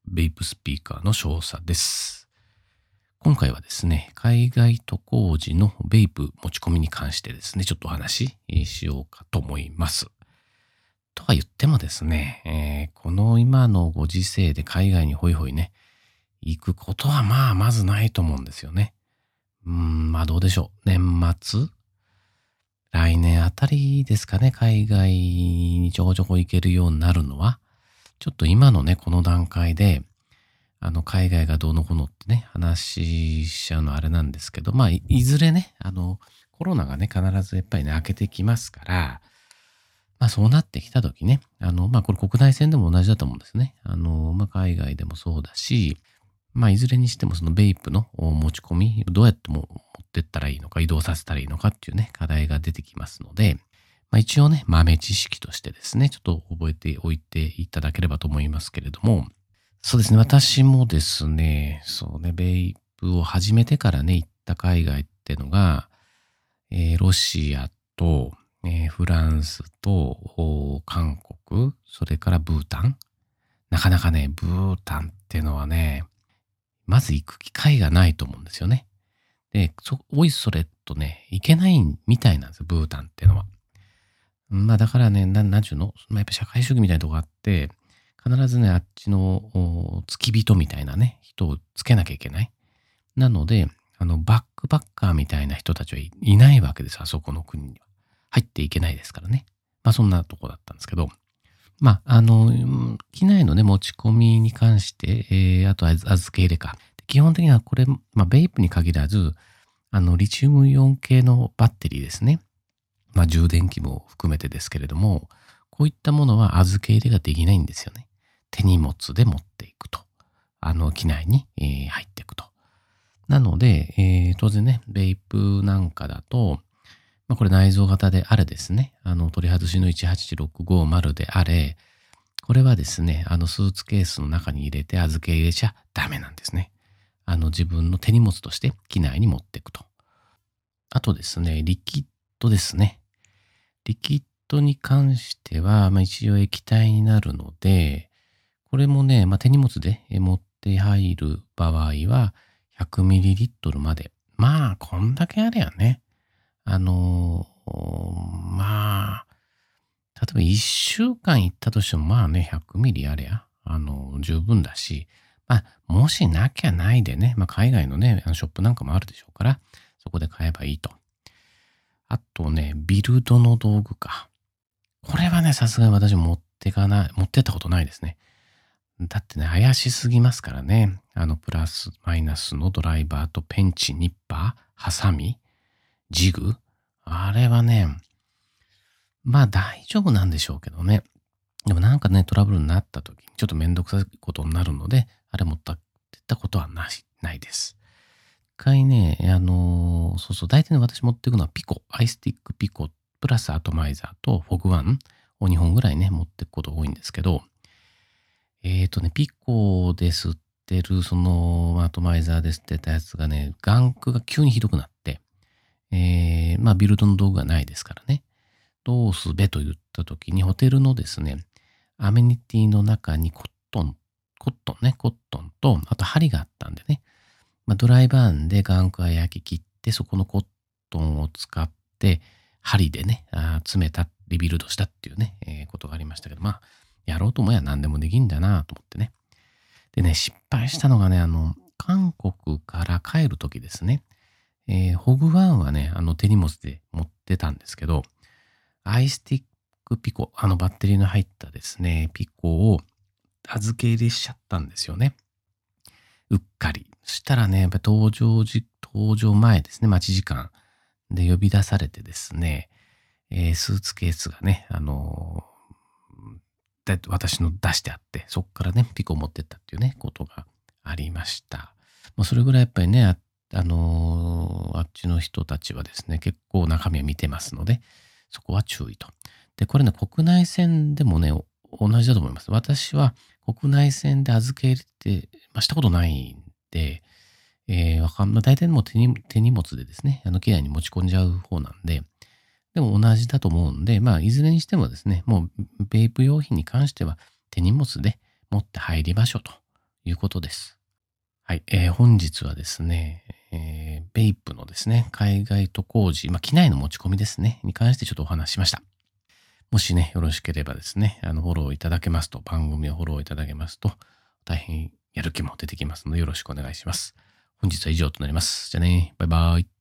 ベイプスピーカーの少佐です。今回はですね、海外渡航時のベイプ持ち込みに関してですね、ちょっとお話ししようかと思います。とは言ってもですね、この今のご時世で海外にホイホイね、行くことはまずないと思うんですよね。どうでしょう。年末来年あたりですかね、海外にちょこちょこ行けるようになるのは。ちょっと今のね、この段階で、海外がどうのこうのってね、話しちゃうのはあれなんですけど、いずれね、コロナがね、必ずやっぱりね、明けてきますから、そうなってきた時ね、これ国内線でも同じだと思うんですね。海外でもそうだし、いずれにしてもそのベイプの持ち込み、どうやって持ってったらいいのか、移動させたらいいのかっていうね、課題が出てきますので、一応ね、豆知識としてですね、ちょっと覚えておいていただければと思いますけれども、そうですね、私もですね、そうね、ベイプを始めてからね、行った海外ってのが、ロシアと、フランスと、韓国、それからブータン。なかなかね、ブータンってのはね、まず行く機会がないと思うんですよね。で、おいそれとね、行けないみたいなんですよ、ブータンってのは。だからね、なんちゅうの、やっぱ社会主義みたいなとこがあって、必ずね、あっちの付き人みたいなね、人をつけなきゃいけない。なので、バックパッカーみたいな人たちはいないわけです、あそこの国には。入っていけないですからね。そんなとこだったんですけど、機内のね、持ち込みに関して、あとは預け入れか。基本的にはこれ、ベイプに限らず、リチウムイオン系のバッテリーですね。充電器も含めてですけれども、こういったものは預け入れができないんですよね。手荷物で持っていくと。機内に、入っていくと。なので、当然ね、ベイプなんかだと、これ内蔵型であれですね、取り外しの18650であれ、これはですね、スーツケースの中に入れて預け入れちゃダメなんですね。自分の手荷物として機内に持っていくと。あとですね、リキッドですね。リキッドに関しては、一応液体になるので、これもね、手荷物で持って入る場合は、100ml まで。こんだけあれやね。例えば1週間行ったとしても、100ミリあれや、十分だし、もしなきゃないでね、海外のね、ショップなんかもあるでしょうから、そこで買えばいいと。あとね、ビルドの道具か。これはね、さすがに私持ってったことないですね。だってね、怪しすぎますからね。プラス、マイナスのドライバーとペンチ、ニッパー、ハサミ、ジグ。あれはね、大丈夫なんでしょうけどね。でもなんかね、トラブルになった時にちょっとめんどくさいことになるので、あれ持ってったことはないです。一回ね、大体ね、私持っていくのはピコ、アイスティックピコ、プラスアトマイザーとフォグワンを2本ぐらいね、持っていくことが多いんですけど、ピコで吸ってる、アトマイザーで吸ってたやつがね、ガンクが急にひどくなって、ビルドの道具がないですからね。どうすべと言った時に、ホテルのですね、アメニティの中にコットンと、あと針があったんでね、ドライバーンでガンクは焼き切って、そこのコットンを使って、針でね、詰めた、リビルドしたっていうね、ことがありましたけど、やろうと思えば何でもできんだなと思ってね。でね、失敗したのがね、韓国から帰る時ですね、ホグワンはね、手荷物で持ってたんですけど、アイスティックピコ、バッテリーの入ったですね、ピコを預け入れしちゃったんですよね。うっかり。そしたらね、やっぱ搭乗前ですね、待ち時間で呼び出されてですね、スーツケースがね、私の出してあって、そこからね、ピコを持ってったっていうね、ことがありました。それぐらいやっぱりね、あっちの人たちはですね、結構中身を見てますので、そこは注意と。で、これね、国内線でもね、同じだと思います。私は国内線で預け入れて、したことないんで、大体もう手荷物でですね、機内に持ち込んじゃう方なんで、でも同じだと思うんで、いずれにしてもですね、もうベイプ用品に関しては手荷物で持って入りましょうということです。はい。本日はですね、ベイプのですね、海外渡航時、機内の持ち込みですね、に関してちょっとお話ししました。もしね、よろしければですね、フォローいただけますと、番組をフォローいただけますと、大変やる気も出てきますので、よろしくお願いします。本日は以上となります。じゃあね、バイバイ。